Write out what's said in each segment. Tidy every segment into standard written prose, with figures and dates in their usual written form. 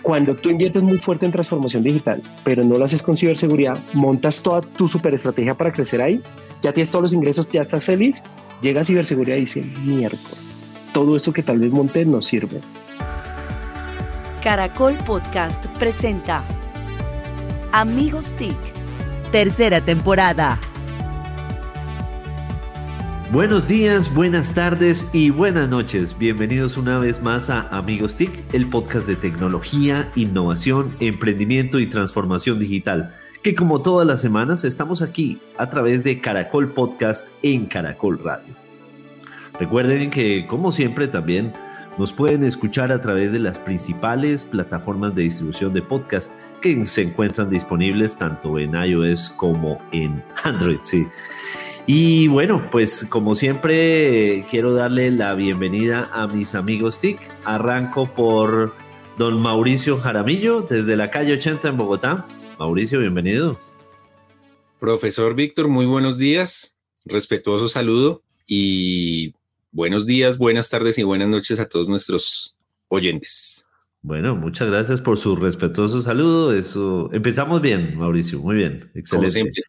Cuando tú inviertes muy fuerte en transformación digital, pero no lo haces con ciberseguridad, montas toda tu superestrategia para crecer ahí, ya tienes todos los ingresos, ya estás feliz, llega a ciberseguridad y dice, miércoles, todo eso que tal vez monté no sirve. Caracol Podcast presenta Amigos TIC, tercera temporada. Buenos días, buenas tardes y buenas noches. Bienvenidos una vez más a Amigos TIC, el podcast de tecnología, innovación, emprendimiento y transformación digital, que como todas las semanas estamos aquí a través de Caracol Podcast en Caracol Radio. Recuerden que, como siempre, también nos pueden escuchar a través de las principales plataformas de distribución de podcast que se encuentran disponibles tanto en iOS como en Android, sí. Y bueno, pues como siempre quiero darle la bienvenida a mis amigos TIC. Arranco por don Mauricio Jaramillo desde la calle 80 en Bogotá. Mauricio, bienvenido. Profesor Víctor, muy buenos días, respetuoso saludo y buenos días, buenas tardes y buenas noches a todos nuestros oyentes. Bueno, muchas gracias por su respetuoso saludo. Eso, empezamos bien, Mauricio, muy bien, excelente. Como siempre.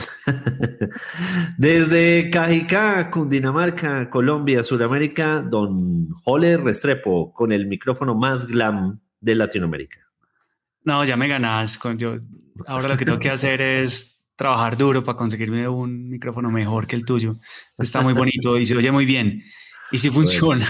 Desde Cajicá, Cundinamarca, Colombia, Sudamérica, don Jole Restrepo, con el micrófono más glam de Latinoamérica. No, ya me ganás. Ahora lo que tengo que hacer es trabajar duro para conseguirme un micrófono mejor que el tuyo. Está muy bonito y se oye muy bien. Y sí funciona.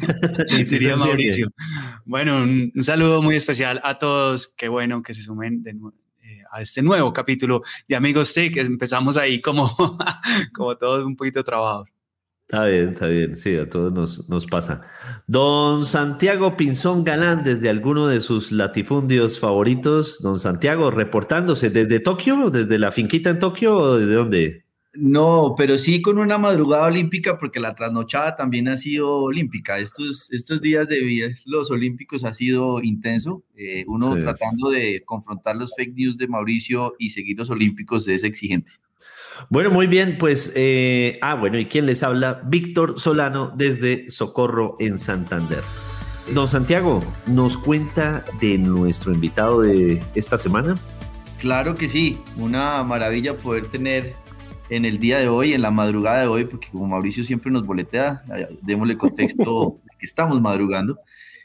Y sí diría funciona. Mauricio. Bueno, un saludo muy especial a todos. Qué bueno que se sumen de nuevo a este nuevo capítulo de Amigos TIC. Empezamos ahí como todos un poquito trabajados. Está bien, sí, a todos nos pasa. Don Santiago Pinzón Galán, desde alguno de sus latifundios favoritos. Don Santiago, reportándose desde Tokio, desde la finquita en Tokio, ¿o desde dónde? No, pero sí con una madrugada olímpica, porque la trasnochada también ha sido olímpica. Estos días de los olímpicos ha sido intenso. Uno Sí. tratando de confrontar los fake news de Mauricio y seguir los olímpicos es exigente. Bueno, muy bien, pues, ¿y quién les habla? Víctor Solano desde Socorro en Santander. Don Santiago, ¿nos cuenta de nuestro invitado de esta semana? Claro que sí, una maravilla poder tener en el día de hoy, en la madrugada de hoy, porque como Mauricio siempre nos boletea, démosle contexto de que estamos madrugando.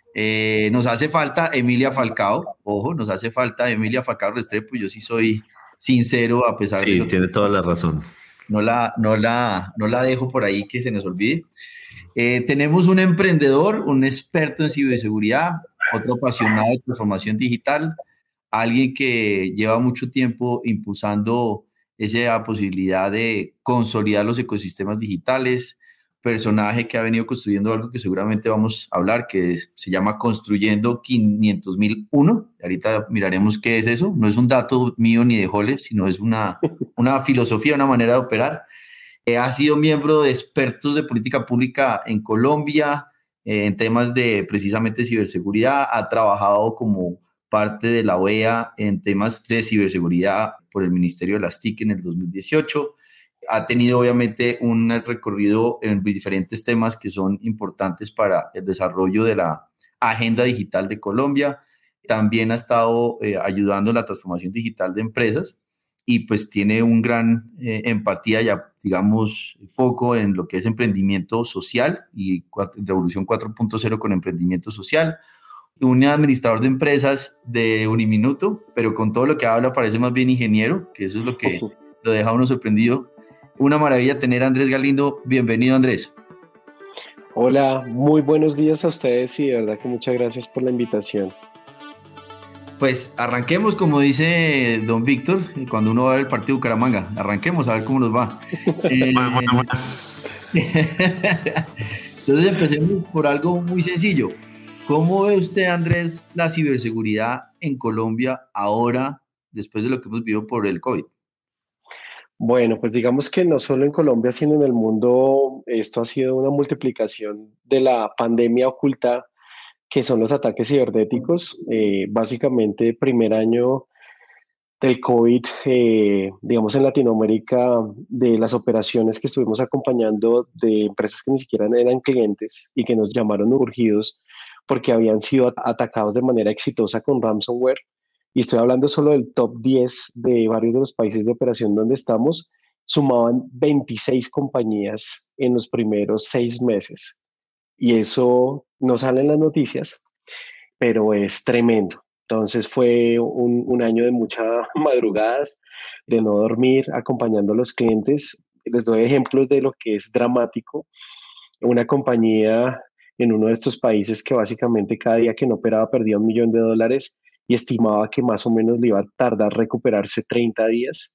Nos hace falta Emilia Falcao, ojo, nos hace falta Emilia Falcao Restrepo. Yo sí soy sincero, a pesar de Sí, lo que tiene toda la razón. no la dejo por ahí que se nos olvide. Tenemos un emprendedor, un experto en ciberseguridad, otro apasionado de transformación digital, alguien que lleva mucho tiempo impulsando esa posibilidad de consolidar los ecosistemas digitales, personaje que ha venido construyendo algo que seguramente vamos a hablar, que se llama Construyendo 500.001. Ahorita miraremos qué es eso. No es un dato mío ni de Jole, sino es una filosofía, una manera de operar. Ha sido miembro de expertos de política pública en Colombia, en temas de precisamente ciberseguridad. Ha trabajado como parte de la OEA en temas de ciberseguridad por el Ministerio de las TIC en el 2018. Ha tenido obviamente un recorrido en diferentes temas que son importantes para el desarrollo de la agenda digital de Colombia. También ha estado ayudando en la transformación digital de empresas y pues tiene un gran empatía y, digamos, foco en lo que es emprendimiento social y Revolución 4.0 con emprendimiento social. Un administrador de empresas de Uniminuto, pero con todo lo que habla parece más bien ingeniero, que eso es lo que lo deja a uno sorprendido. Una maravilla tener a Andrés Galindo. Bienvenido, Andrés. Hola, muy buenos días a ustedes y de verdad que muchas gracias por la invitación. Pues arranquemos, como dice don Víctor, cuando uno va al partido de Bucaramanga. Arranquemos a ver cómo nos va. Entonces empecemos por algo muy sencillo. ¿Cómo ve usted, Andrés, la ciberseguridad en Colombia ahora, después de lo que hemos vivido por el COVID? Bueno, pues digamos que no solo en Colombia, sino en el mundo, esto ha sido una multiplicación de la pandemia oculta, que son los ataques cibernéticos. Básicamente, primer año del COVID, digamos en Latinoamérica, de las operaciones que estuvimos acompañando de empresas que ni siquiera eran clientes y que nos llamaron urgidos porque habían sido atacados de manera exitosa con ransomware. Y estoy hablando solo del top 10 de varios de los países de operación donde estamos, sumaban 26 compañías en los primeros 6 meses. Y eso no sale en las noticias, pero es tremendo. Entonces fue un año de muchas madrugadas, de no dormir, acompañando a los clientes. Les doy ejemplos de lo que es dramático. Una compañía en uno de estos países que básicamente cada día que no operaba perdía $1 millón y estimaba que más o menos le iba a tardar recuperarse 30 días.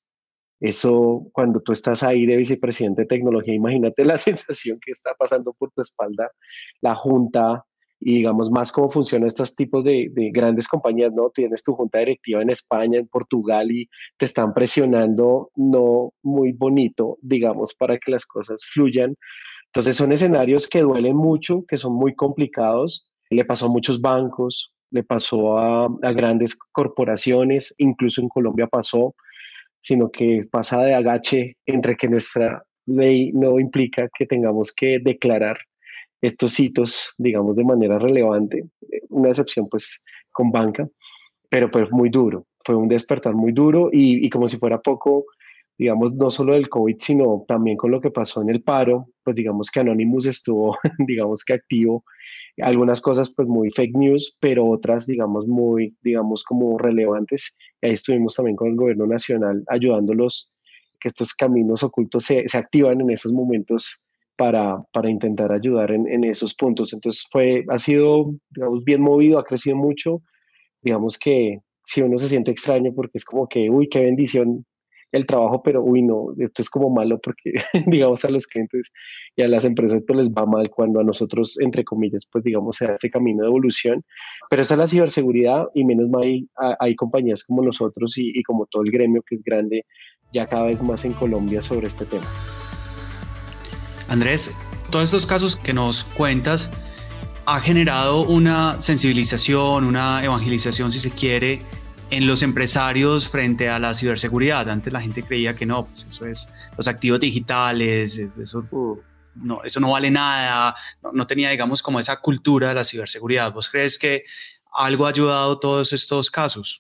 Eso, cuando tú estás ahí de vicepresidente de tecnología, imagínate la sensación que está pasando por tu espalda, la junta y digamos más cómo funcionan estos tipos de grandes compañías, ¿no? Tienes tu junta directiva en España, en Portugal y te están presionando, no muy bonito, digamos, para que las cosas fluyan. Entonces son escenarios que duelen mucho, que son muy complicados. Le pasó a muchos bancos, le pasó a grandes corporaciones, incluso en Colombia pasó, sino que pasa de agache entre que nuestra ley no implica que tengamos que declarar estos hitos, digamos, de manera relevante. Una excepción, pues, con banca, pero pues muy duro. Fue un despertar muy duro y como si fuera poco, digamos, no solo del COVID, sino también con lo que pasó en el paro, pues digamos que Anonymous estuvo, digamos que activo. Algunas cosas pues muy fake news, pero otras digamos muy, digamos como relevantes. Y ahí estuvimos también con el gobierno nacional ayudándolos, que estos caminos ocultos se activan en esos momentos para intentar ayudar en esos puntos. Entonces ha sido, digamos, bien movido, ha crecido mucho. Digamos que si uno se siente extraño porque es como que, uy, qué bendición el trabajo, pero uy, no, esto es como malo porque, digamos, a los clientes y a las empresas pues les va mal cuando a nosotros, entre comillas, pues digamos, se da este camino de evolución. Pero esa es la ciberseguridad y menos mal hay compañías como nosotros y como todo el gremio que es grande ya cada vez más en Colombia sobre este tema. Andrés, todos estos casos que nos cuentas ha generado una sensibilización, una evangelización, si se quiere, en los empresarios frente a la ciberseguridad. Antes la gente creía que no, pues eso es los activos digitales, eso no vale nada, no tenía, digamos, como esa cultura de la ciberseguridad. ¿Vos crees que algo ha ayudado todos estos casos?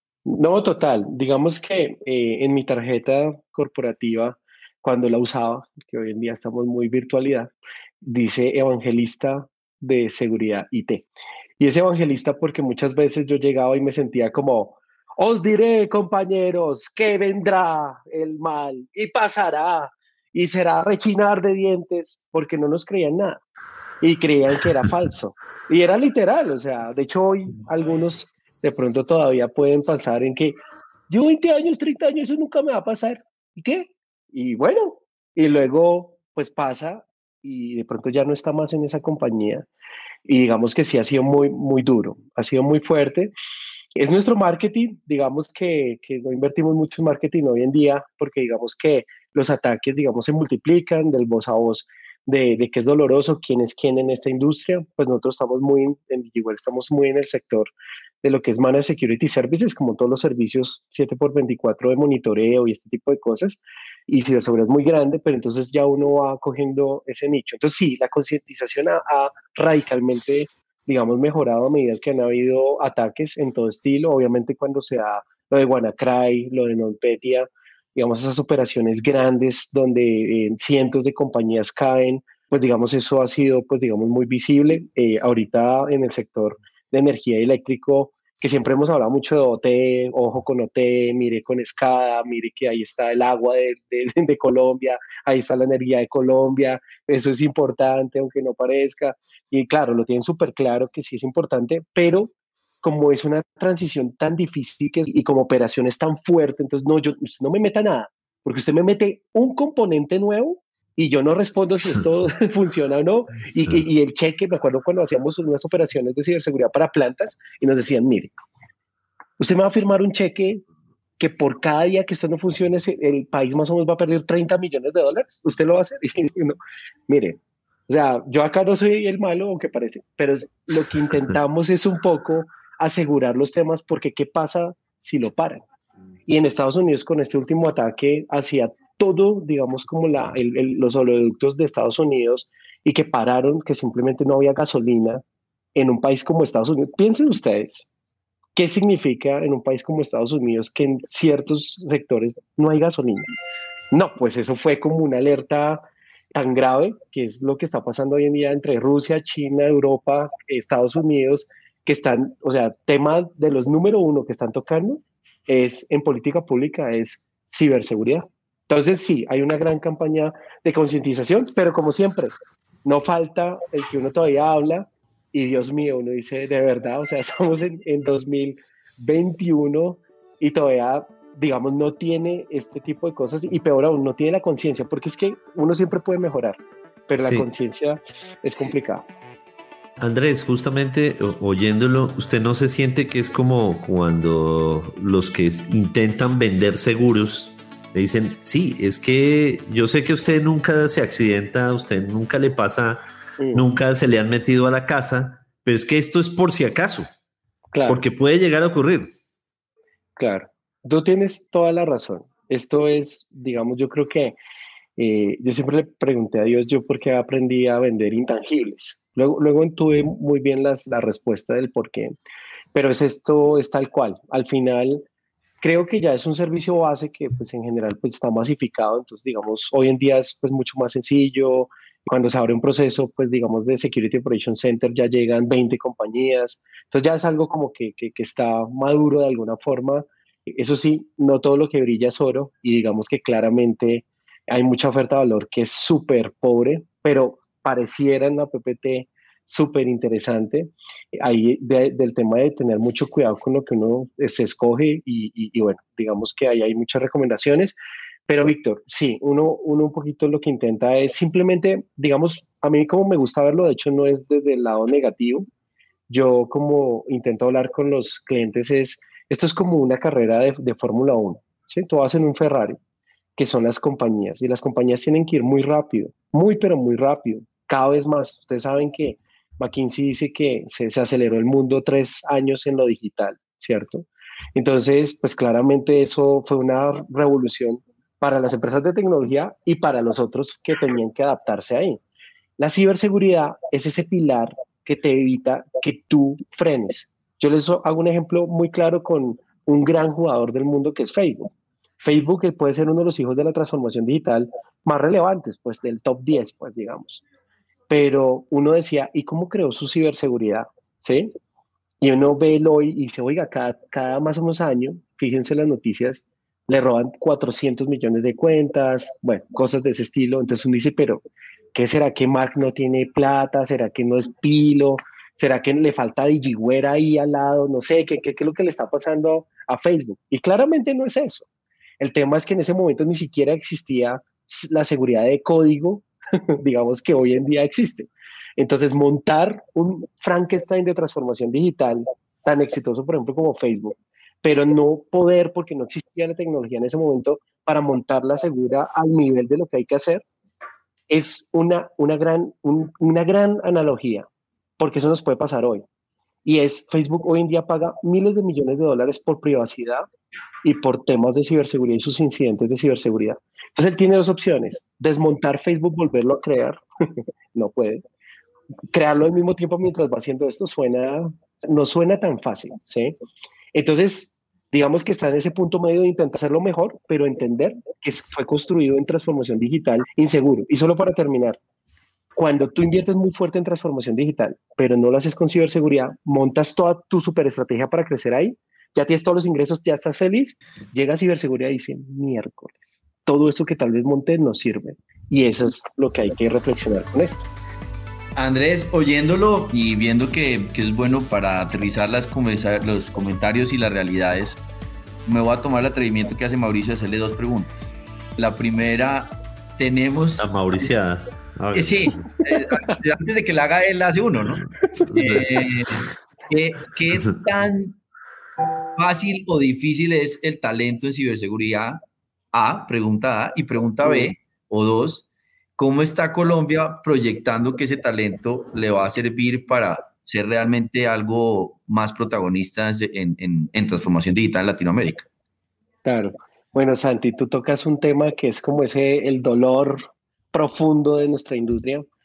No, total. Digamos que en mi tarjeta corporativa, cuando la usaba, que hoy en día estamos muy virtualidad, dice evangelista de seguridad IT. Y es evangelista porque muchas veces yo llegaba y me sentía como, os diré, compañeros, que vendrá el mal y pasará y será rechinar de dientes, porque no nos creían nada y creían que era falso. Y era literal, o sea, de hecho hoy algunos de pronto todavía pueden pensar en que yo 20 años, 30 años, eso nunca me va a pasar. ¿Y qué? Y bueno, y luego pues pasa y de pronto ya no está más en esa compañía. Y digamos que sí ha sido muy, muy duro, ha sido muy fuerte. Es nuestro marketing, digamos que no invertimos mucho en marketing hoy en día porque digamos que los ataques, digamos, se multiplican del voz a voz de que es doloroso, quién es quién en esta industria. Pues nosotros estamos igual estamos muy en el sector de lo que es Managed Security Services, como todos los servicios 7x24 de monitoreo y este tipo de cosas. Y ciberseguridad es muy grande, pero entonces ya uno va cogiendo ese nicho. Entonces sí, la concientización ha radicalmente, digamos, mejorado a medida que han habido ataques en todo estilo. Obviamente cuando se da lo de WannaCry, lo de NotPetya, digamos, esas operaciones grandes donde cientos de compañías caen, pues digamos, eso ha sido, pues digamos, muy visible. Ahorita en el sector de energía eléctrico, que siempre hemos hablado mucho de OT, ojo con OT, mire con SCADA, mire que ahí está el agua de Colombia, ahí está la energía de Colombia, eso es importante, aunque no parezca. Y claro, lo tienen súper claro que sí es importante, pero como es una transición tan difícil y como operación es tan fuerte, entonces no, usted no me meta nada, porque usted me mete un componente nuevo y yo no respondo si esto funciona o no. Y el cheque, me acuerdo cuando hacíamos unas operaciones de ciberseguridad para plantas y nos decían, mire, usted me va a firmar un cheque que por cada día que esto no funcione, el país más o menos va a perder $30 millones. ¿Usted lo va a hacer? Y no, mire, o sea, yo acá no soy el malo, aunque parece, pero lo que intentamos es un poco asegurar los temas, porque ¿qué pasa si lo paran? Y en Estados Unidos, con este último ataque, hacia todo, digamos, como los oleoductos de Estados Unidos y que pararon, que simplemente no había gasolina en un país como Estados Unidos. Piensen ustedes, ¿qué significa en un país como Estados Unidos que en ciertos sectores no hay gasolina? No, pues eso fue como una alerta tan grave, que es lo que está pasando hoy en día entre Rusia, China, Europa, Estados Unidos, que están, o sea, tema de los número uno que están tocando es en política pública, es ciberseguridad. Entonces sí, hay una gran campaña de concientización, pero como siempre, no falta el que uno todavía habla y Dios mío, uno dice, de verdad, o sea, estamos en 2021 y todavía, digamos, no tiene este tipo de cosas y peor aún, no tiene la conciencia, porque es que uno siempre puede mejorar, pero la conciencia es complicada. Andrés, justamente oyéndolo, ¿usted no se siente que es como cuando los que intentan vender seguros le dicen, sí, es que yo sé que usted nunca se accidenta, a usted nunca le pasa, nunca se le han metido a la casa, pero es que esto es por si acaso, claro, porque puede llegar a ocurrir? Claro, tú tienes toda la razón. Esto es, digamos, yo creo que yo siempre le pregunté a Dios yo por qué aprendí a vender intangibles. Luego tuve muy bien la respuesta del por qué, pero esto es tal cual. Al final, creo que ya es un servicio base que pues en general pues está masificado, entonces digamos, hoy en día es pues mucho más sencillo. Cuando se abre un proceso, pues digamos, de Security Operations Center ya llegan 20 compañías, entonces ya es algo como que está maduro de alguna forma. Eso sí, no todo lo que brilla es oro y digamos que claramente hay mucha oferta de valor que es súper pobre, pero pareciera en la PPT súper interesante. Ahí del tema de tener mucho cuidado con lo que uno se escoge y bueno, digamos que ahí hay muchas recomendaciones. Pero Víctor, sí, uno un poquito lo que intenta es simplemente, digamos, a mí como me gusta verlo, de hecho no es desde el lado negativo, yo como intento hablar con los clientes esto es como una carrera de Fórmula 1, ¿sí? Tú vas en un Ferrari, que son las compañías, y las compañías tienen que ir muy rápido, pero muy rápido, cada vez más. Ustedes saben que McKinsey dice que se aceleró el mundo 3 años en lo digital, ¿cierto? Entonces, pues claramente eso fue una revolución para las empresas de tecnología y para los otros que tenían que adaptarse ahí. La ciberseguridad es ese pilar que te evita que tú frenes. Yo les hago un ejemplo muy claro con un gran jugador del mundo que es Facebook. Facebook puede ser uno de los hijos de la transformación digital más relevantes, pues del top 10, pues digamos. Pero uno decía, ¿y cómo creó su ciberseguridad? ¿Sí? Y uno ve el hoy y dice, oiga, cada más o menos año, fíjense las noticias, le roban 400 millones de cuentas, bueno, cosas de ese estilo. Entonces uno dice, pero ¿qué será que Mark no tiene plata? ¿Será que no es pilo? ¿Será que le falta DigiWare ahí al lado? No sé, ¿qué es lo que le está pasando a Facebook? Y claramente no es eso. El tema es que en ese momento ni siquiera existía la seguridad de código, digamos que hoy en día existe. Entonces, montar un Frankenstein de transformación digital tan exitoso, por ejemplo, como Facebook, pero no poder, porque no existía la tecnología en ese momento, para montarla segura al nivel de lo que hay que hacer, es una gran analogía, porque eso nos puede pasar hoy. Y es, Facebook hoy en día paga miles de millones de dólares por privacidad y por temas de ciberseguridad y sus incidentes de ciberseguridad. Entonces él tiene dos opciones: desmontar Facebook, volverlo a crear, no puede. Crearlo al mismo tiempo mientras va haciendo esto no suena tan fácil, ¿sí? Entonces, digamos que está en ese punto medio de intentar hacerlo mejor, pero entender que fue construido en transformación digital inseguro. Y solo para terminar, cuando tú inviertes muy fuerte en transformación digital, pero no lo haces con ciberseguridad, montas toda tu superestrategia para crecer ahí, ya tienes todos los ingresos, ya estás feliz, llega a ciberseguridad y dice, miércoles, todo esto que tal vez monté no sirve. Y eso es lo que hay que reflexionar con esto. Andrés, oyéndolo y viendo que es bueno para aterrizar los comentarios y las realidades, me voy a tomar el atrevimiento que hace Mauricio de hacerle dos preguntas. La primera, tenemos... La mauriciada. Sí, antes de que la haga él, hace uno, ¿no? ¿Qué tan fácil o difícil es el talento en ciberseguridad? Pregunta A. Y pregunta B, o dos, ¿cómo está Colombia proyectando que ese talento le va a servir para ser realmente algo más protagonista en transformación digital en Latinoamérica? Claro. Bueno, Santi, tú tocas un tema que es como el dolor profundo de nuestra industria.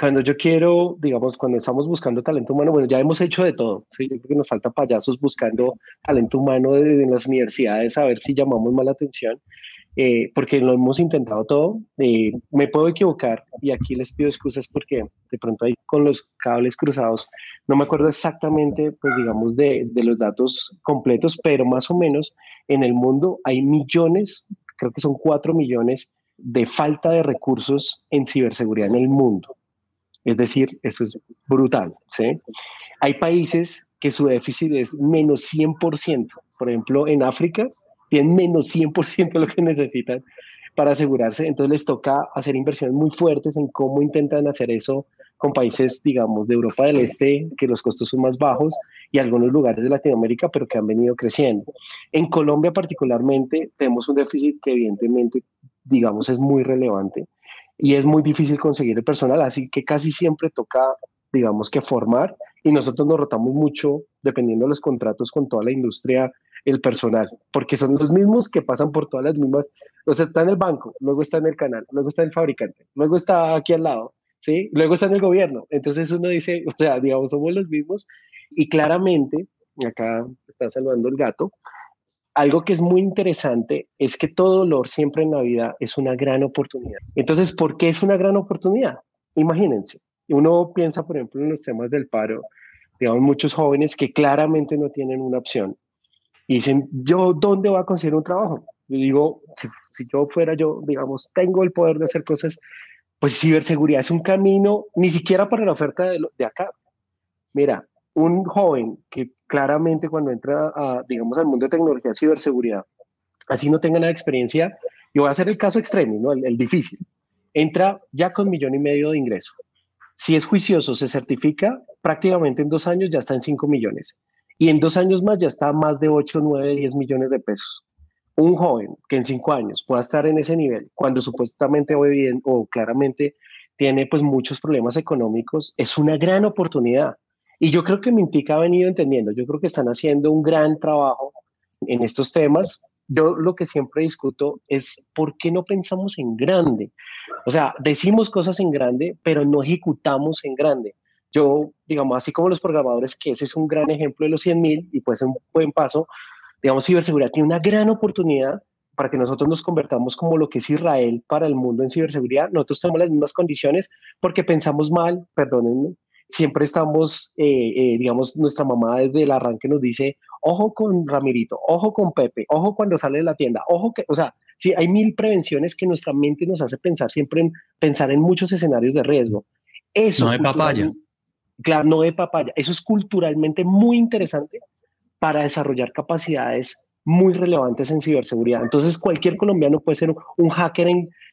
cuando yo quiero, digamos, cuando estamos buscando talento humano, bueno, ya hemos hecho de todo, ¿sí? Yo creo que nos falta payasos buscando talento humano en las universidades, a ver si llamamos más la atención, porque lo hemos intentado todo. Me puedo equivocar y aquí les pido excusas porque de pronto ahí con los cables cruzados no me acuerdo exactamente, pues digamos, de los datos completos, pero más o menos en el mundo hay millones, creo que son 4 millones de falta de recursos en ciberseguridad en el mundo. Es decir, eso es brutal, ¿sí? Hay países que su déficit es menos 100%. Por ejemplo, en África tienen menos 100% de lo que necesitan para asegurarse. Entonces les toca hacer inversiones muy fuertes en cómo intentan hacer eso con países, digamos, de Europa del Este, que los costos son más bajos, y algunos lugares de Latinoamérica, pero que han venido creciendo. En Colombia particularmente tenemos un déficit que evidentemente, digamos, es muy relevante y es muy difícil conseguir el personal, así que casi siempre toca, digamos, que formar, y nosotros nos rotamos mucho, dependiendo de los contratos con toda la industria, el personal, porque son los mismos que pasan por todas las mismas, o sea, está en el banco, luego está en el canal, luego está en el fabricante, luego está aquí al lado, ¿sí? Luego está en el gobierno. Entonces uno dice, o sea, digamos, somos los mismos, y claramente, acá está saludando el gato, algo que es muy interesante es que todo dolor siempre en la vida es una gran oportunidad. Entonces, ¿por qué es una gran oportunidad? Imagínense, uno piensa, por ejemplo, en los temas del paro, digamos, muchos jóvenes que claramente no tienen una opción y dicen, ¿yo dónde voy a conseguir un trabajo? Yo digo, si yo fuera yo, digamos, tengo el poder de hacer cosas, pues ciberseguridad es un camino, ni siquiera para la oferta de acá. Mira, un joven que claramente cuando entra digamos, al mundo de tecnología, ciberseguridad, así no tenga nada de experiencia, y voy a hacer el caso extremo, ¿no? El difícil, entra ya con 1,5 millones de ingreso. Si es juicioso, se certifica, prácticamente en 2 años ya está en 5 millones. Y en 2 años más ya está a más de 8, 9, 10 millones de pesos. Un joven que en 5 años pueda estar en ese nivel, cuando supuestamente o bien o claramente tiene pues muchos problemas económicos, es una gran oportunidad. Y yo creo que Mintic ha venido entendiendo, yo creo que están haciendo un gran trabajo en estos temas. Yo lo que siempre discuto es por qué no pensamos en grande. O sea, decimos cosas en grande, pero no ejecutamos en grande. Yo, digamos, así como los programadores, que ese es un gran ejemplo de los 100.000 y puede ser un buen paso, digamos, ciberseguridad tiene una gran oportunidad para que nosotros nos convertamos como lo que es Israel para el mundo en ciberseguridad. Nosotros tenemos las mismas condiciones porque pensamos mal, perdónenme, siempre estamos, digamos, nuestra mamá desde el arranque nos dice, ojo con Ramirito, ojo con Pepe, ojo cuando sale de la tienda, ojo que, o sea, sí, hay 1000 prevenciones que nuestra mente nos hace pensar siempre pensar en muchos escenarios de riesgo. Eso no de papaya. Claro, no de papaya. Eso es culturalmente muy interesante para desarrollar capacidades muy relevantes en ciberseguridad. Entonces, cualquier colombiano puede ser un hacker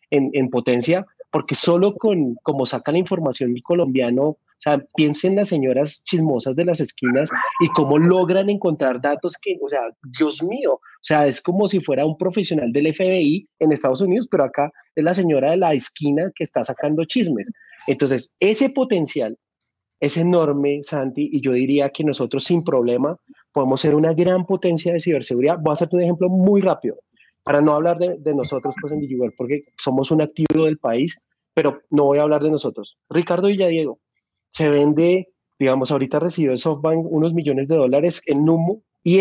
en potencia, porque solo con cómo saca la información el colombiano, o sea, piensen las señoras chismosas de las esquinas y cómo logran encontrar datos que, o sea, Dios mío, o sea, es como si fuera un profesional del FBI en Estados Unidos, pero acá es la señora de la esquina que está sacando chismes. Entonces, ese potencial es enorme, Santi, y yo diría que nosotros sin problema podemos ser una gran potencia de ciberseguridad. Voy a hacerte un ejemplo muy rápido, para no hablar de nosotros pues en DigiWorld, porque somos un activo del país, pero no voy a hablar de nosotros. Ricardo Villadiego se vende, digamos, ahorita recibió de SoftBank unos millones de dólares en humo, y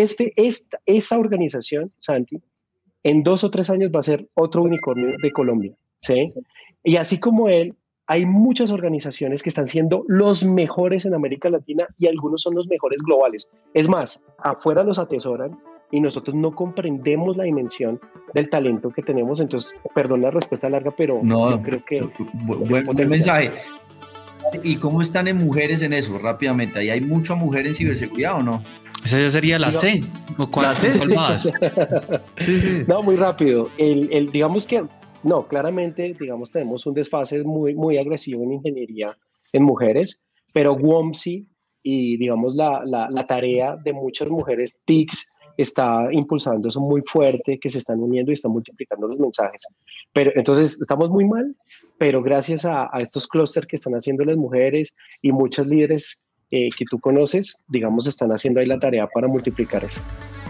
esa organización, Santi, en 2 o 3 años va a ser otro unicornio de Colombia, ¿sí? Y así como él, hay muchas organizaciones que están siendo los mejores en América Latina y algunos son los mejores globales. Es más, afuera los atesoran y nosotros no comprendemos la dimensión del talento que tenemos. Entonces, perdón la respuesta larga, pero no, yo creo que... Buen mensaje. ¿Y cómo están en mujeres en eso? Rápidamente, ¿hay mucha mujer en ciberseguridad o no? Esa ya sería la C. ¿O cuál más? Sí. No, muy rápido. Digamos que... No, claramente, digamos, tenemos un desfase muy, muy agresivo en ingeniería en mujeres, pero WOMSI y, digamos, la tarea de muchas mujeres TICs está impulsando eso muy fuerte, que se están uniendo y están multiplicando los mensajes. Pero entonces, estamos muy mal, pero gracias a estos clústeres que están haciendo las mujeres y muchas líderes que tú conoces, digamos, están haciendo ahí la tarea para multiplicar eso.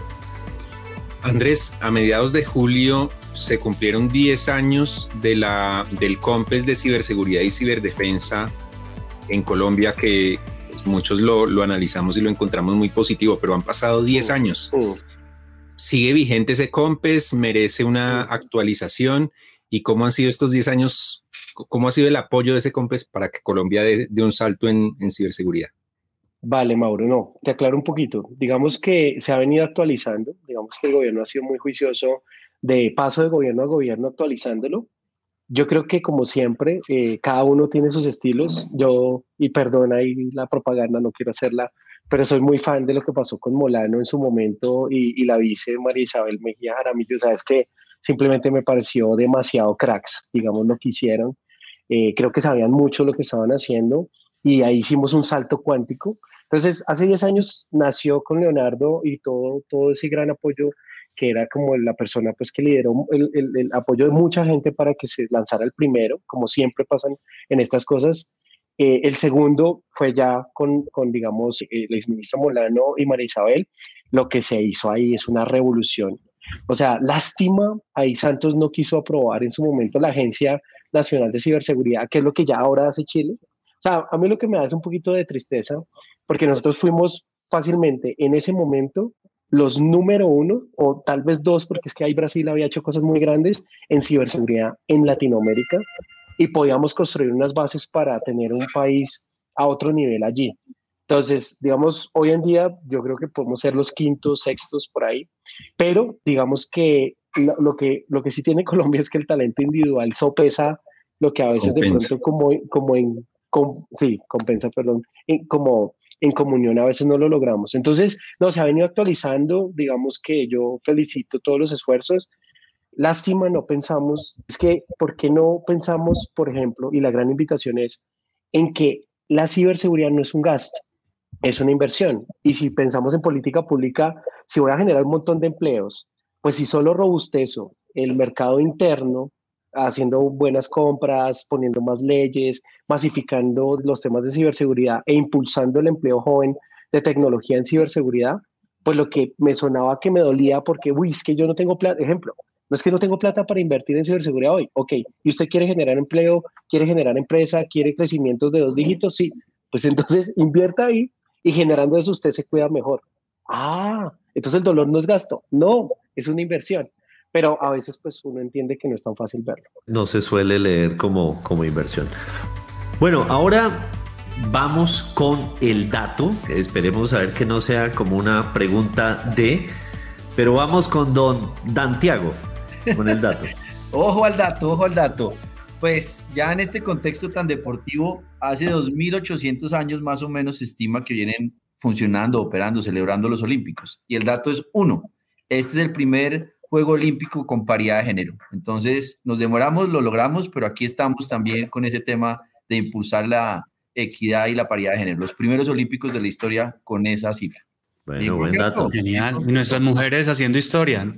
Andrés, a mediados de julio se cumplieron 10 años del COMPES de ciberseguridad y ciberdefensa en Colombia que pues, muchos lo analizamos y lo encontramos muy positivo, pero han pasado 10 años. ¿Sigue vigente ese COMPES? ¿Merece una actualización? ¿Y cómo han sido estos 10 años? ¿Cómo ha sido el apoyo de ese COMPES para que Colombia dé un salto en ciberseguridad? Vale, Mauro, no, te aclaro un poquito. Digamos que se ha venido actualizando, digamos que el gobierno ha sido muy juicioso de paso de gobierno a gobierno actualizándolo. Yo creo que como siempre, cada uno tiene sus estilos. Yo, y perdona ahí la propaganda, no quiero hacerla, pero soy muy fan de lo que pasó con Molano en su momento y la vice María Isabel Mejía Jaramillo. Sabes que simplemente me pareció demasiado cracks, digamos, lo que hicieron. Creo que sabían mucho lo que estaban haciendo y ahí hicimos un salto cuántico. Entonces, hace 10 años nació con Leonardo y todo ese gran apoyo que era como la persona pues, que lideró el apoyo de mucha gente para que se lanzara el primero, como siempre pasan en estas cosas. El segundo fue ya con digamos, la exministra Molano y María Isabel. Lo que se hizo ahí es una revolución. O sea, lástima, ahí Santos no quiso aprobar en su momento la Agencia Nacional de Ciberseguridad, que es lo que ya ahora hace Chile. O sea, a mí lo que me da es un poquito de tristeza, porque nosotros fuimos fácilmente en ese momento los número 1, o tal vez 2, porque es que ahí Brasil había hecho cosas muy grandes en ciberseguridad en Latinoamérica y podíamos construir unas bases para tener un país a otro nivel allí. Entonces, digamos, hoy en día yo creo que podemos ser los quintos, sextos por ahí, pero digamos que lo que sí tiene Colombia es que el talento individual sopesa lo que a veces compensa. De pronto compensa, perdón, como en comunión a veces no lo logramos. Entonces, no, se ha venido actualizando, digamos que yo felicito todos los esfuerzos. Lástima, no pensamos, es que, ¿por qué no pensamos, por ejemplo, y la gran invitación es en que la ciberseguridad no es un gasto, es una inversión? Y si pensamos en política pública, si voy a generar un montón de empleos, pues si solo robustezo el mercado interno, haciendo buenas compras, poniendo más leyes, masificando los temas de ciberseguridad e impulsando el empleo joven de tecnología en ciberseguridad, pues lo que me sonaba que me dolía porque, es que yo no tengo plata, ejemplo, no es que no tengo plata para invertir en ciberseguridad hoy, ok, y usted quiere generar empleo, quiere generar empresa, quiere crecimientos de 2 dígitos, sí, pues entonces invierta ahí y generando eso usted se cuida mejor. Entonces el dolor no es gasto, no, es una inversión. Pero a veces pues uno entiende que no es tan fácil verlo. No se suele leer como inversión. Bueno, ahora vamos con el dato. Esperemos a ver que no sea como una pregunta pero vamos con don Dantiago, con el dato. Ojo al dato. Pues ya en este contexto tan deportivo, hace 2.800 años más o menos se estima que vienen funcionando, operando, celebrando los Olímpicos. Y el dato es 1. Este es el primer Juego Olímpico con paridad de género. Entonces, nos demoramos, lo logramos, pero aquí estamos también con ese tema de impulsar la equidad y la paridad de género. Los primeros Olímpicos de la historia con esa cifra. Bueno, buen dato. Genial. Y nuestras mujeres haciendo historia.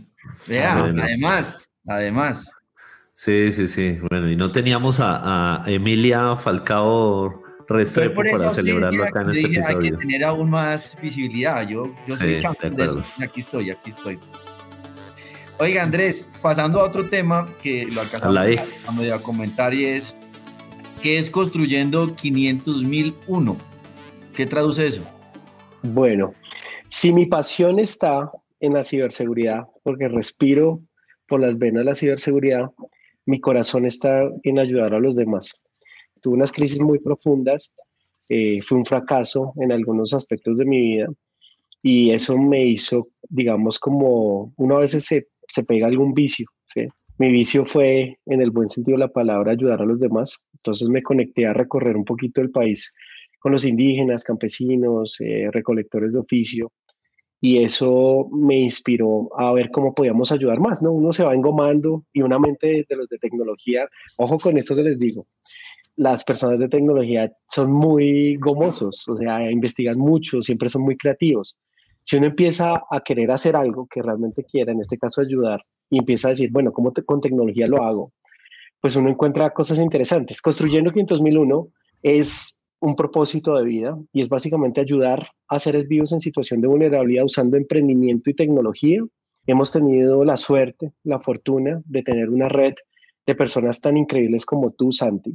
Además. Sí. Bueno, y no teníamos a Emilia Falcao Restrepo para celebrarlo acá en este episodio. Hay que tener aún más visibilidad. Yo soy campeón de eso. Aquí estoy. Oiga, Andrés, pasando a otro tema que lo alcanzamos a medio comentar, y es ¿qué es Construyendo 500.001? ¿Qué traduce eso? Bueno, si mi pasión está en la ciberseguridad, porque respiro por las venas la ciberseguridad, mi corazón está en ayudar a los demás. Tuve unas crisis muy profundas, fue un fracaso en algunos aspectos de mi vida y eso me hizo, digamos, como uno a veces se pega algún vicio, ¿sí? Mi vicio fue, en el buen sentido de la palabra, ayudar a los demás. Entonces me conecté a recorrer un poquito el país con los indígenas, campesinos, recolectores de oficio, y eso me inspiró a ver cómo podíamos ayudar más, ¿no? Uno se va engomando y una mente de los de tecnología, ojo con esto se les digo, las personas de tecnología son muy gomosos, o sea, investigan mucho, siempre son muy creativos. Si uno empieza a querer hacer algo que realmente quiera, en este caso ayudar, y empieza a decir, bueno, ¿cómo con tecnología lo hago? Pues uno encuentra cosas interesantes. Construyendo 500.001 es un propósito de vida y es básicamente ayudar a seres vivos en situación de vulnerabilidad usando emprendimiento y tecnología. Hemos tenido la suerte, la fortuna de tener una red de personas tan increíbles como tú, Santi,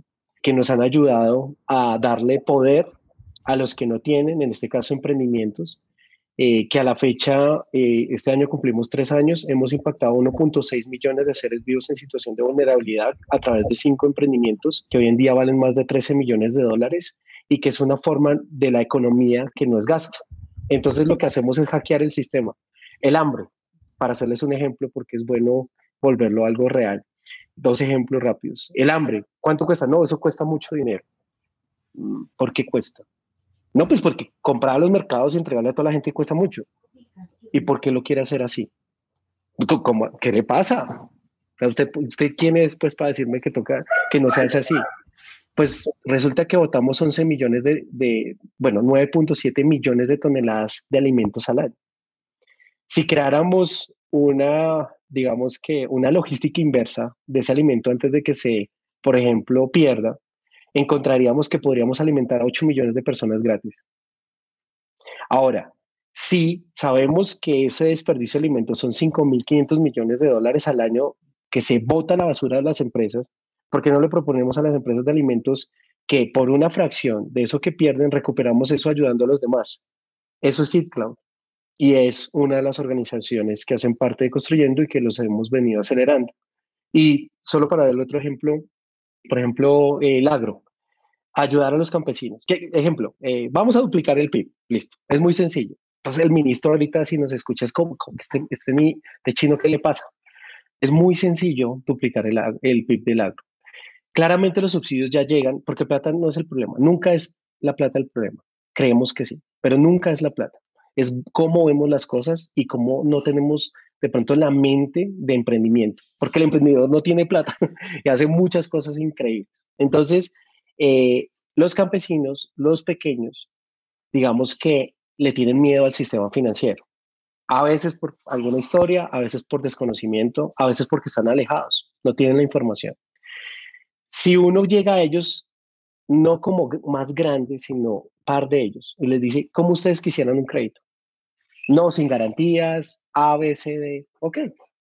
que nos han ayudado a darle poder a los que no tienen, en este caso emprendimientos, que a la fecha, este año cumplimos 3 años, hemos impactado 1.6 millones de seres vivos en situación de vulnerabilidad a través de 5 emprendimientos que hoy en día valen más de 13 millones de dólares y que es una forma de la economía que no es gasto. Entonces lo que hacemos es hackear el sistema. El hambre, para hacerles un ejemplo, porque es bueno volverlo algo real. 2 ejemplos rápidos. El hambre, ¿cuánto cuesta? No, eso cuesta mucho dinero. ¿Por qué cuesta? No, pues porque comprar a los mercados y entregarle a toda la gente cuesta mucho. ¿Y por qué lo quiere hacer así? ¿Qué le pasa? ¿Usted quién es pues para decirme que no se hace así? Pues resulta que botamos 11 millones 9.7 millones de toneladas de alimentos al año. Si creáramos digamos que una logística inversa de ese alimento antes de que se, por ejemplo, pierda, encontraríamos que podríamos alimentar a 8 millones de personas gratis. Ahora, si sabemos que ese desperdicio de alimentos son 5.500 millones de dólares al año que se bota a la basura de las empresas, ¿por qué no le proponemos a las empresas de alimentos que por una fracción de eso que pierden recuperamos eso ayudando a los demás? Eso es SeedCloud y es una de las organizaciones que hacen parte de Construyendo y que los hemos venido acelerando. Y solo para dar otro ejemplo, por ejemplo, el agro. Ayudar a los campesinos. Ejemplo, vamos a duplicar el PIB. Listo. Es muy sencillo. Entonces el ministro ahorita, si nos escucha, es como de chino, ¿qué le pasa? Es muy sencillo duplicar el PIB del agro. Claramente los subsidios ya llegan, porque plata no es el problema. Nunca es la plata el problema. Creemos que sí, pero nunca es la plata. Es cómo vemos las cosas y cómo no tenemos de pronto la mente de emprendimiento, porque el emprendedor no tiene plata y hace muchas cosas increíbles. Entonces, los campesinos, los pequeños, digamos que le tienen miedo al sistema financiero. A veces por alguna historia, a veces por desconocimiento, a veces porque están alejados, no tienen la información. Si uno llega a ellos, no como más grandes, sino par de ellos, y les dice, ¿cómo ustedes quisieran un crédito? No, sin garantías, A, B, C, D, ok.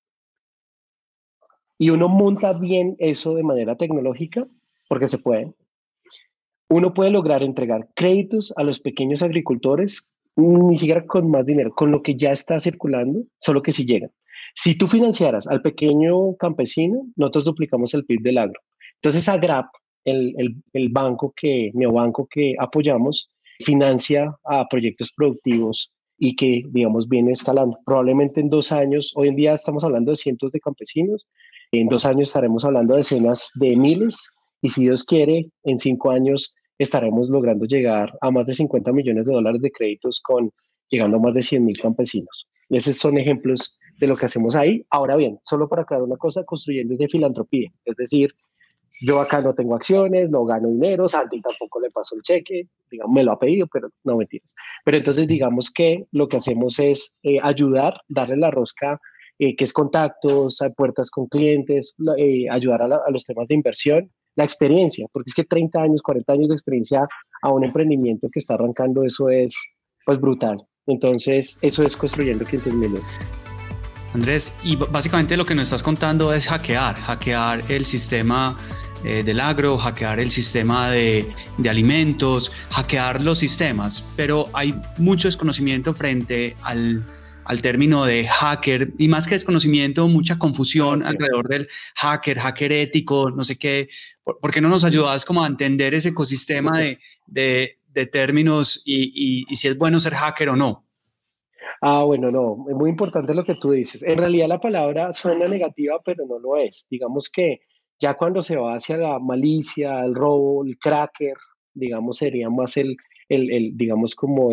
Y uno monta bien eso de manera tecnológica, porque se puede. Uno puede lograr entregar créditos a los pequeños agricultores, ni siquiera con más dinero, con lo que ya está circulando, solo que si llegan. Si tú financiaras al pequeño campesino, nosotros duplicamos el PIB del agro. Entonces, Agrap, el neobanco que apoyamos, financia a proyectos productivos y que, digamos, viene escalando. Probablemente en 2 años, hoy en día estamos hablando de cientos de campesinos, en 2 años estaremos hablando de decenas de miles, y si Dios quiere, en 5 años estaremos logrando llegar a más de 50 millones de dólares de créditos llegando a más de 100,000 campesinos. Esos son ejemplos de lo que hacemos ahí. Ahora bien, solo para aclarar una cosa, Construyendo es de filantropía, es decir, yo acá no tengo acciones, no gano dinero, Santi tampoco le pasó el cheque, digamos, me lo ha pedido, pero no mentiras. Pero entonces digamos que lo que hacemos es ayudar, darle la rosca, que es contactos, puertas con clientes, ayudar a los temas de inversión, la experiencia, porque es que 30 años, 40 años de experiencia a un emprendimiento que está arrancando, eso es pues brutal. Entonces, eso es Construyendo 500,000. Andrés, y básicamente lo que nos estás contando es hackear el sistema del agro, hackear el sistema de alimentos, hackear los sistemas, pero hay mucho desconocimiento frente al término de hacker, y más que desconocimiento, mucha confusión alrededor del hacker ético, no sé qué. ¿Por qué no nos ayudas como a entender ese ecosistema de términos y si es bueno ser hacker o no? Bueno, no, es muy importante lo que tú dices. En realidad la palabra suena negativa, pero no lo es. Digamos que ya cuando se va hacia la malicia, el robo, el cracker, digamos, sería más digamos, como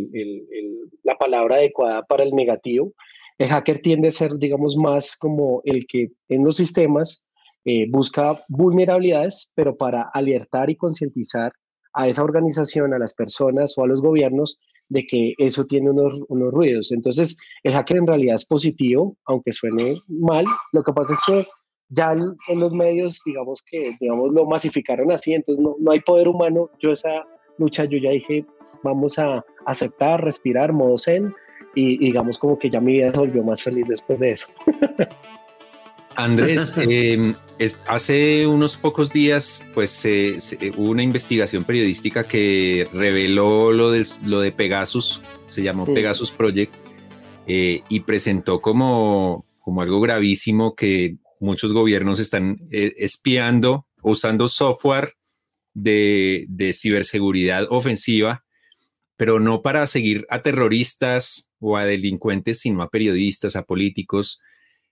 la palabra adecuada para el negativo. El hacker tiende a ser, digamos, más como el que en los sistemas busca vulnerabilidades, pero para alertar y concientizar a esa organización, a las personas o a los gobiernos de que eso tiene unos ruidos. Entonces, el hacker en realidad es positivo, aunque suene mal. Lo que pasa es que ya en los medios, digamos, lo masificaron así, entonces no hay poder humano. Esa lucha, yo ya dije, vamos a aceptar, respirar, modo zen, y digamos como que ya mi vida se volvió más feliz después de eso. Andrés, hace unos pocos días pues hubo una investigación periodística que reveló lo de Pegasus, se llamó Pegasus Project, y presentó como algo gravísimo que muchos gobiernos están espiando, usando software de ciberseguridad ofensiva, pero no para seguir a terroristas o a delincuentes, sino a periodistas, a políticos.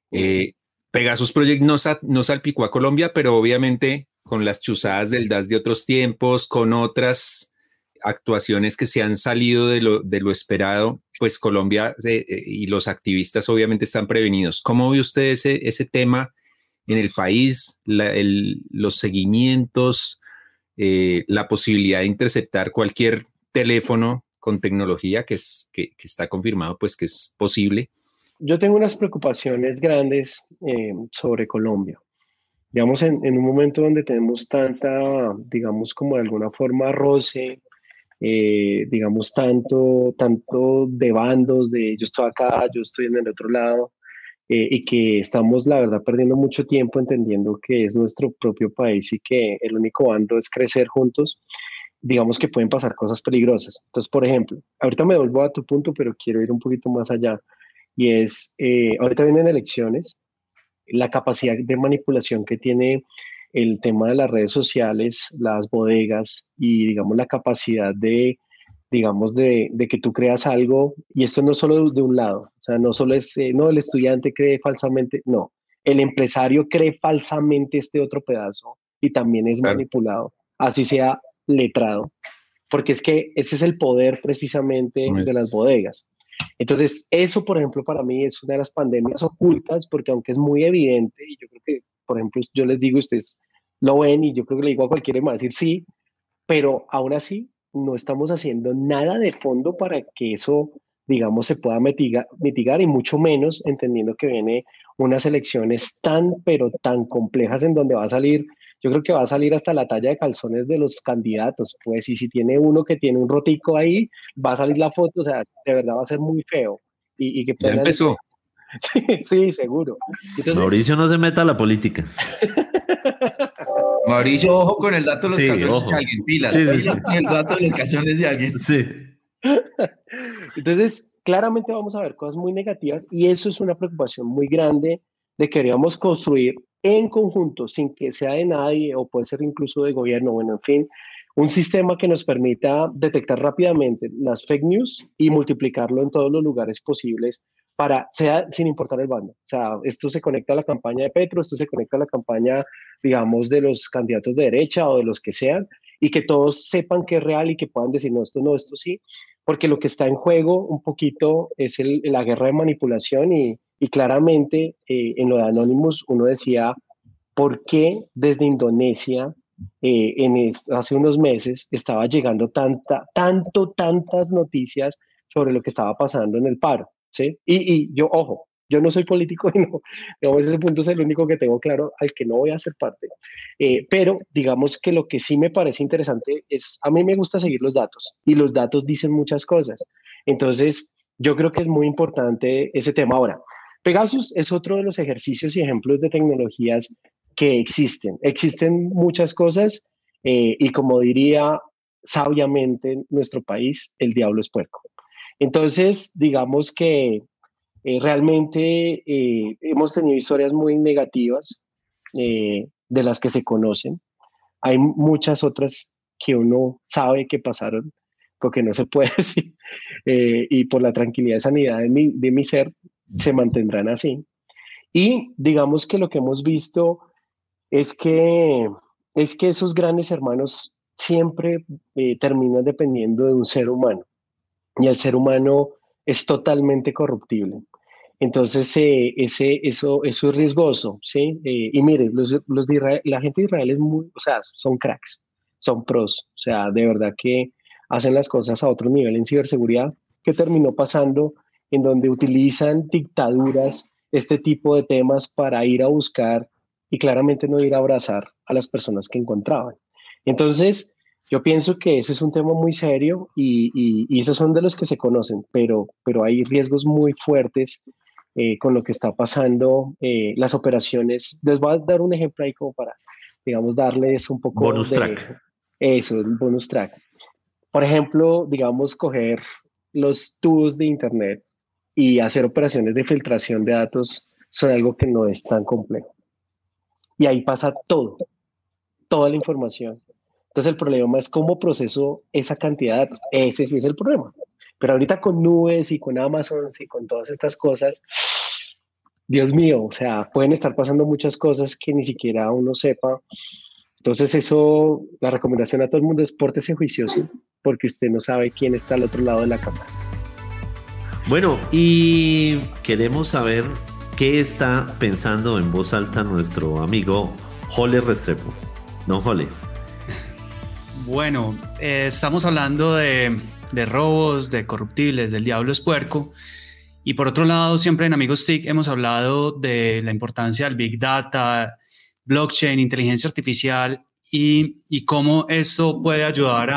Pegasus Project no salpicó a Colombia, pero obviamente con las chuzadas del DAS de otros tiempos, con otras actuaciones que se han salido de lo esperado, pues Colombia y los activistas obviamente están prevenidos. ¿Cómo ve usted ese tema en el país, los seguimientos, la posibilidad de interceptar cualquier teléfono con tecnología que está confirmado, pues que es posible? Yo tengo unas preocupaciones grandes sobre Colombia. Digamos, en un momento donde tenemos tanta, digamos, como de alguna forma roce, digamos, tanto de bandos, de yo estoy acá, yo estoy en el otro lado, y que estamos, la verdad, perdiendo mucho tiempo entendiendo que es nuestro propio país y que el único bando es crecer juntos, digamos que pueden pasar cosas peligrosas. Entonces, por ejemplo, ahorita me vuelvo a tu punto, pero quiero ir un poquito más allá. Y es, ahorita vienen elecciones, la capacidad de manipulación que tiene el tema de las redes sociales, las bodegas y, digamos, la capacidad de, digamos, de que tú creas algo, y esto no solo de un lado, o sea, no solo es, no, el estudiante cree falsamente, no, el empresario cree falsamente este otro pedazo y también es manipulado, así sea letrado, porque es que ese es el poder precisamente de las bodegas. Entonces, eso, por ejemplo, para mí es una de las pandemias ocultas, porque aunque es muy evidente, y yo creo que, por ejemplo, yo les digo, ustedes lo ven, y yo creo que le digo a cualquiera, me va a decir sí, pero aún así no estamos haciendo nada de fondo para que eso, digamos, se pueda mitigar, y mucho menos entendiendo que viene unas elecciones tan, pero tan complejas en donde va a salir. Yo creo que va a salir hasta la talla de calzones de los candidatos, pues, y si tiene uno que tiene un rotico ahí, va a salir la foto, o sea, de verdad va a ser muy feo. Y que ya empezó. Sí, sí, seguro. Entonces, Mauricio, no se meta a la política. Mauricio, ojo con el dato de los calzones ojo. de alguien, pilas. Sí, Pilas con el dato de los calzones de alguien. Sí. Entonces, claramente vamos a ver cosas muy negativas, y eso es una preocupación muy grande de que queríamos construir en conjunto, sin que sea de nadie, o puede ser incluso de gobierno, bueno, en fin, un sistema que nos permita detectar rápidamente las fake news y multiplicarlo en todos los lugares posibles, sea sin importar el bando. O sea, esto se conecta a la campaña de Petro, esto se conecta a la campaña, digamos, de los candidatos de derecha o de los que sean, y que todos sepan que es real y que puedan decir, no, esto sí, porque lo que está en juego un poquito es la guerra de manipulación, y claramente en lo de Anonymous uno decía, ¿por qué desde Indonesia hace unos meses estaba llegando tantas noticias sobre lo que estaba pasando en el paro? ¿Sí? Y yo, ojo, yo no soy político y no, digamos, ese punto es el único que tengo claro al que no voy a hacer parte. Pero digamos que lo que sí me parece interesante es, a mí me gusta seguir los datos, y los datos dicen muchas cosas. Entonces, yo creo que es muy importante ese tema. Ahora, Pegasus es otro de los ejercicios y ejemplos de tecnologías que existen. Existen muchas cosas, y como diría sabiamente en nuestro país, el diablo es puerco. Entonces, digamos que realmente hemos tenido historias muy negativas, de las que se conocen. Hay muchas otras que uno sabe que pasaron, porque no se puede decir, y por la tranquilidad y sanidad de mi ser, se mantendrán así. Y digamos que lo que hemos visto es que esos grandes hermanos siempre terminan dependiendo de un ser humano, y el ser humano es totalmente corruptible. Entonces, eso es riesgoso, ¿sí? Y mire, los de Israel, la gente de Israel es muy, o sea, son cracks, son pros, o sea, de verdad que hacen las cosas a otro nivel en ciberseguridad. ¿Qué terminó pasando? En donde utilizan dictaduras, este tipo de temas, para ir a buscar y claramente no ir a abrazar a las personas que encontraban. Entonces, yo pienso que ese es un tema muy serio, y esos son de los que se conocen, pero hay riesgos muy fuertes con lo que está pasando, las operaciones. Les voy a dar un ejemplo ahí como para, digamos, darles un poco bonus track. Eso, el bonus track. Por ejemplo, digamos, coger los tubos de Internet y hacer operaciones de filtración de datos son algo que no es tan complejo. Y ahí pasa todo, toda la información. Entonces el problema es cómo proceso esa cantidad de datos. Ese sí es el problema. Pero ahorita con nubes y con Amazon y con todas estas cosas, Dios mío, o sea, pueden estar pasando muchas cosas que ni siquiera uno sepa. Entonces eso, la recomendación a todo el mundo es pórtese juicioso, porque usted no sabe quién está al otro lado de la cámara. Bueno, y queremos saber qué está pensando en voz alta nuestro amigo Jole Restrepo. ¿No, Jole? Bueno, estamos hablando de robos, de corruptibles, del diablo es puerco. Y por otro lado, siempre en Amigos TIC hemos hablado de la importancia del Big Data, blockchain, inteligencia artificial y cómo esto puede ayudar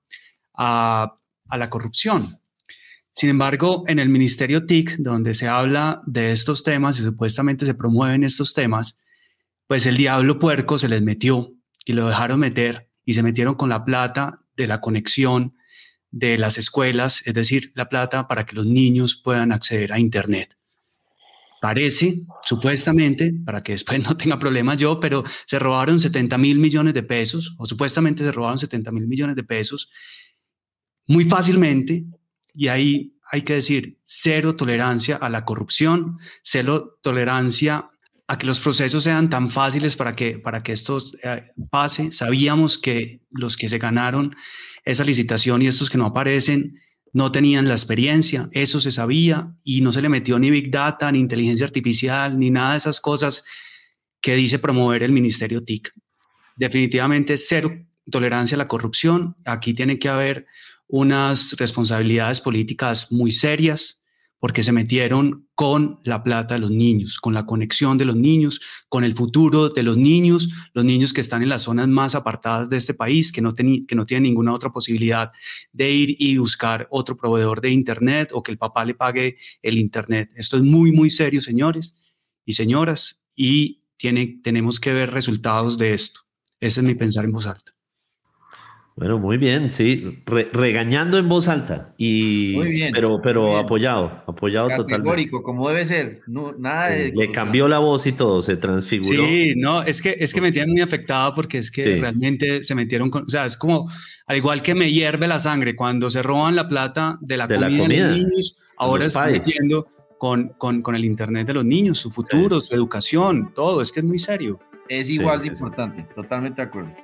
a la corrupción. Sin embargo, en el Ministerio TIC, donde se habla de estos temas y supuestamente se promueven estos temas, pues el diablo puerco se les metió y lo dejaron meter y se metieron con la plata de la conexión de las escuelas, es decir, la plata para que los niños puedan acceder a Internet. Parece, supuestamente, para que después no tenga problemas yo, pero se robaron 70.000 millones de pesos, o supuestamente se robaron 70.000 millones de pesos, muy fácilmente, y ahí hay que decir, cero tolerancia a la corrupción, cero tolerancia a que los procesos sean tan fáciles para que esto pase. Sabíamos que los que se ganaron esa licitación y estos que no aparecen no tenían la experiencia, eso se sabía y no se le metió ni Big Data, ni inteligencia artificial, ni nada de esas cosas que dice promover el Ministerio TIC. Definitivamente cero tolerancia a la corrupción. Aquí tiene que haber unas responsabilidades políticas muy serias porque se metieron con la plata de los niños, con la conexión de los niños, con el futuro de los niños que están en las zonas más apartadas de este país, que no tienen ninguna otra posibilidad de ir y buscar otro proveedor de Internet o que el papá le pague el Internet. Esto es muy, muy serio, señores y señoras, y tenemos que ver resultados de esto. Ese es mi pensar en voz alta. Bueno, muy bien, sí, regañando en voz alta y muy bien, pero muy bien. apoyado Categórico, totalmente. Como debe ser, no, nada sí, de le cambió la voz y todo, se transfiguró. Sí, no, es que me tienen muy afectado porque es que realmente se metieron con, o sea, es como, al igual que me hierve la sangre cuando se roban la plata de la comida de los niños, ahora se están metiendo con el Internet de los niños, su futuro, su educación, todo, es que es muy serio. Es igual de importante, totalmente de acuerdo.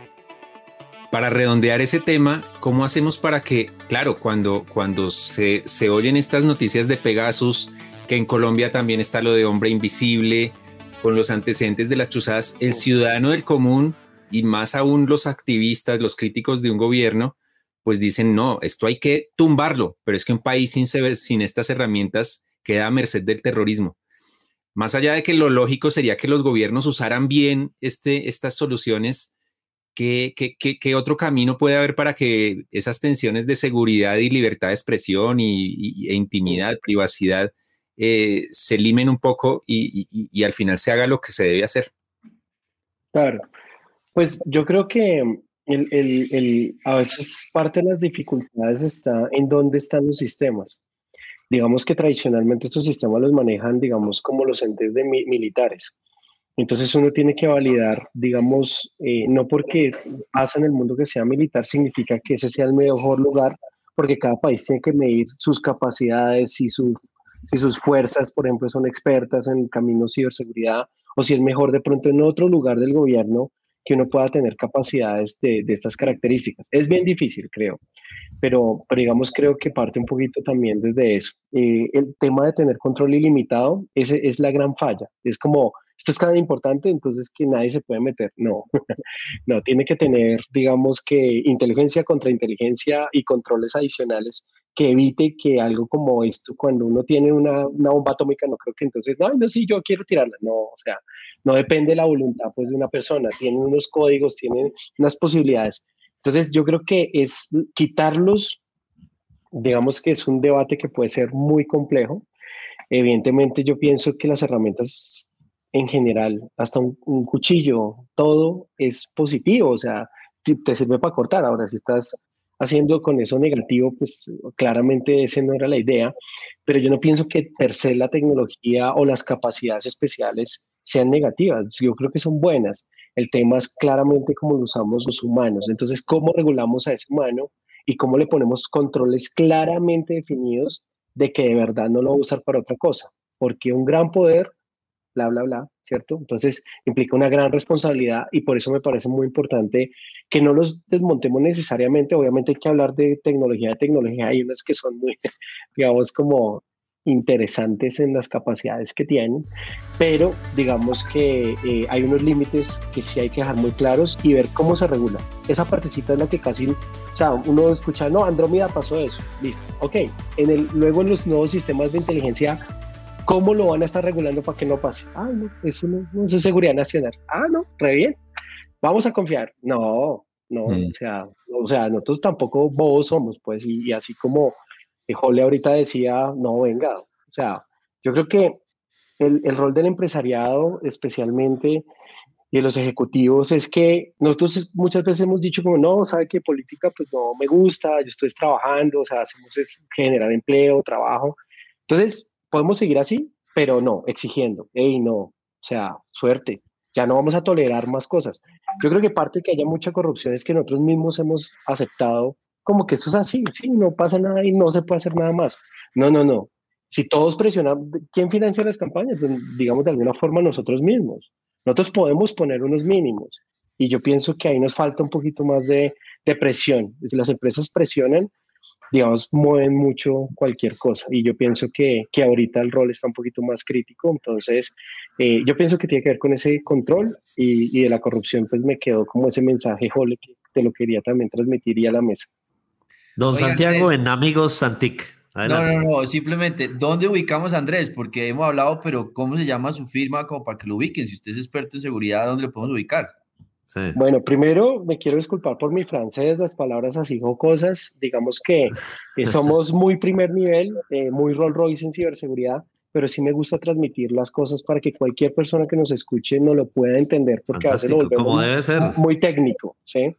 Para redondear ese tema, ¿cómo hacemos para que, claro, cuando se oyen estas noticias de Pegasus, que en Colombia también está lo de Hombre Invisible, con los antecedentes de las chuzadas, el ciudadano del común y más aún los activistas, los críticos de un gobierno, pues dicen, no, esto hay que tumbarlo, pero es que un país sin estas herramientas queda a merced del terrorismo. Más allá de que lo lógico sería que los gobiernos usaran bien estas soluciones, ¿Qué otro camino puede haber para que esas tensiones de seguridad y libertad de expresión e intimidad, privacidad, se limen un poco y al final se haga lo que se debe hacer? Claro, pues yo creo que a veces parte de las dificultades está en dónde están los sistemas. Digamos que tradicionalmente estos sistemas los manejan, digamos, como los entes militares. Entonces uno tiene que validar, digamos, no porque pasa en el mundo que sea militar significa que ese sea el mejor lugar, porque cada país tiene que medir sus capacidades, si sus fuerzas, por ejemplo, son expertas en caminos de ciberseguridad, o si es mejor de pronto en otro lugar del gobierno que uno pueda tener capacidades de estas características. Es bien difícil, creo, pero digamos, creo que parte un poquito también desde eso. El tema de tener control ilimitado, ese es la gran falla. Es como, esto es tan importante, entonces que nadie se puede meter. No, no, tiene que tener, digamos, que inteligencia contra inteligencia y controles adicionales que evite que algo como esto, cuando uno tiene una bomba atómica, no creo que entonces, no, sí, yo quiero tirarla. No, o sea, no depende de la voluntad pues, de una persona. Tienen unos códigos, tienen unas posibilidades. Entonces, yo creo que es quitarlos, digamos que es un debate que puede ser muy complejo. Evidentemente yo pienso que las herramientas en general, hasta un cuchillo, todo es positivo, o sea, te sirve para cortar. Ahora, si estás haciendo con eso negativo, pues claramente esa no era la idea, pero yo no pienso que per se la tecnología o las capacidades especiales sean negativas, yo creo que son buenas. El tema es claramente cómo lo usamos los humanos, entonces cómo regulamos a ese humano y cómo le ponemos controles claramente definidos de que de verdad no lo va a usar para otra cosa, porque un gran poder, bla, bla, bla, ¿cierto? Entonces implica una gran responsabilidad y por eso me parece muy importante que no los desmontemos necesariamente. Obviamente hay que hablar de tecnología, hay unas que son muy, digamos, como interesantes en las capacidades que tienen, pero digamos que hay unos límites que sí hay que dejar muy claros y ver cómo se regula. Esa partecita es la que casi, o sea, uno escucha, no, Andrómeda pasó eso, listo, ok. Luego en los nuevos sistemas de inteligencia, ¿cómo lo van a estar regulando para que no pase? Ah, no, eso no es seguridad nacional. Ah, no, re bien. Vamos a confiar. No, o sea, nosotros tampoco bobos somos, pues, y así como Jole ahorita decía, no, venga, o sea, yo creo que el rol del empresariado, especialmente y de los ejecutivos, es que nosotros muchas veces hemos dicho como, no, sabe que política pues no me gusta, yo estoy trabajando, o sea, hacemos es generar empleo, trabajo. Entonces, podemos seguir así, pero no, exigiendo, no, o sea, suerte, ya no vamos a tolerar más cosas. Yo creo que parte de que haya mucha corrupción es que nosotros mismos hemos aceptado como que eso es así, sí, no pasa nada y no se puede hacer nada más. No. Si todos presionan, ¿quién financia las campañas? Pues, digamos, de alguna forma nosotros mismos. Nosotros podemos poner unos mínimos y yo pienso que ahí nos falta un poquito más de presión. Si las empresas presionan, digamos, mueven mucho cualquier cosa y yo pienso que ahorita el rol está un poquito más crítico, entonces yo pienso que tiene que ver con ese control y de la corrupción, pues me quedó como ese mensaje, Jole, que te lo quería también transmitir y a la mesa. Don Santiago, en Amigos Santic. No, simplemente, ¿dónde ubicamos a Andrés? Porque hemos hablado, pero ¿cómo se llama su firma como para que lo ubiquen? Si usted es experto en seguridad, ¿dónde lo podemos ubicar? Sí. Bueno, primero me quiero disculpar por mi francés, las palabras así jocosas, digamos que somos muy primer nivel, muy Rolls Royce en ciberseguridad, pero sí me gusta transmitir las cosas para que cualquier persona que nos escuche no lo pueda entender, porque fantástico, a veces lo volvemos debe ser. Muy técnico, ¿sí?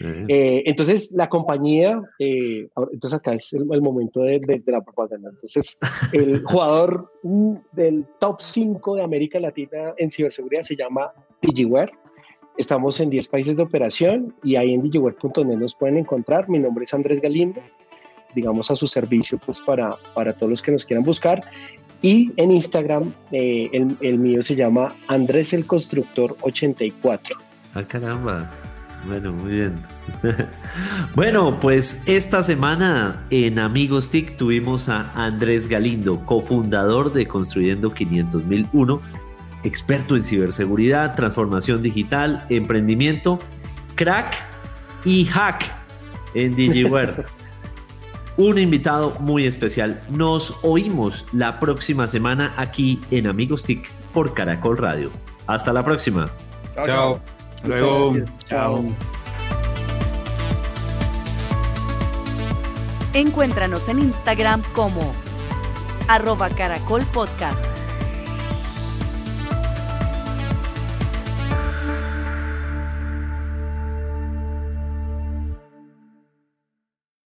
Entonces, la compañía, entonces acá es el momento de la propaganda. Entonces, el jugador del top 5 de América Latina en ciberseguridad se llama DigiWare. Estamos en 10 países de operación y ahí en digiware.net nos pueden encontrar. Mi nombre es Andrés Galindo, digamos a su servicio pues para todos los que nos quieran buscar. Y en Instagram, el mío se llama Andrés el Constructor 84. Ah, caramba. Bueno, muy bien. Bueno, pues esta semana en Amigos TIC tuvimos a Andrés Galindo, cofundador de Construyendo 500.001, experto en ciberseguridad, transformación digital, emprendimiento, crack y hack en DigiWare. Un invitado muy especial. Nos oímos la próxima semana aquí en Amigos TIC por Caracol Radio. Hasta la próxima. Chao. Luego. Chao. Encuéntranos en Instagram como @caracolpodcast.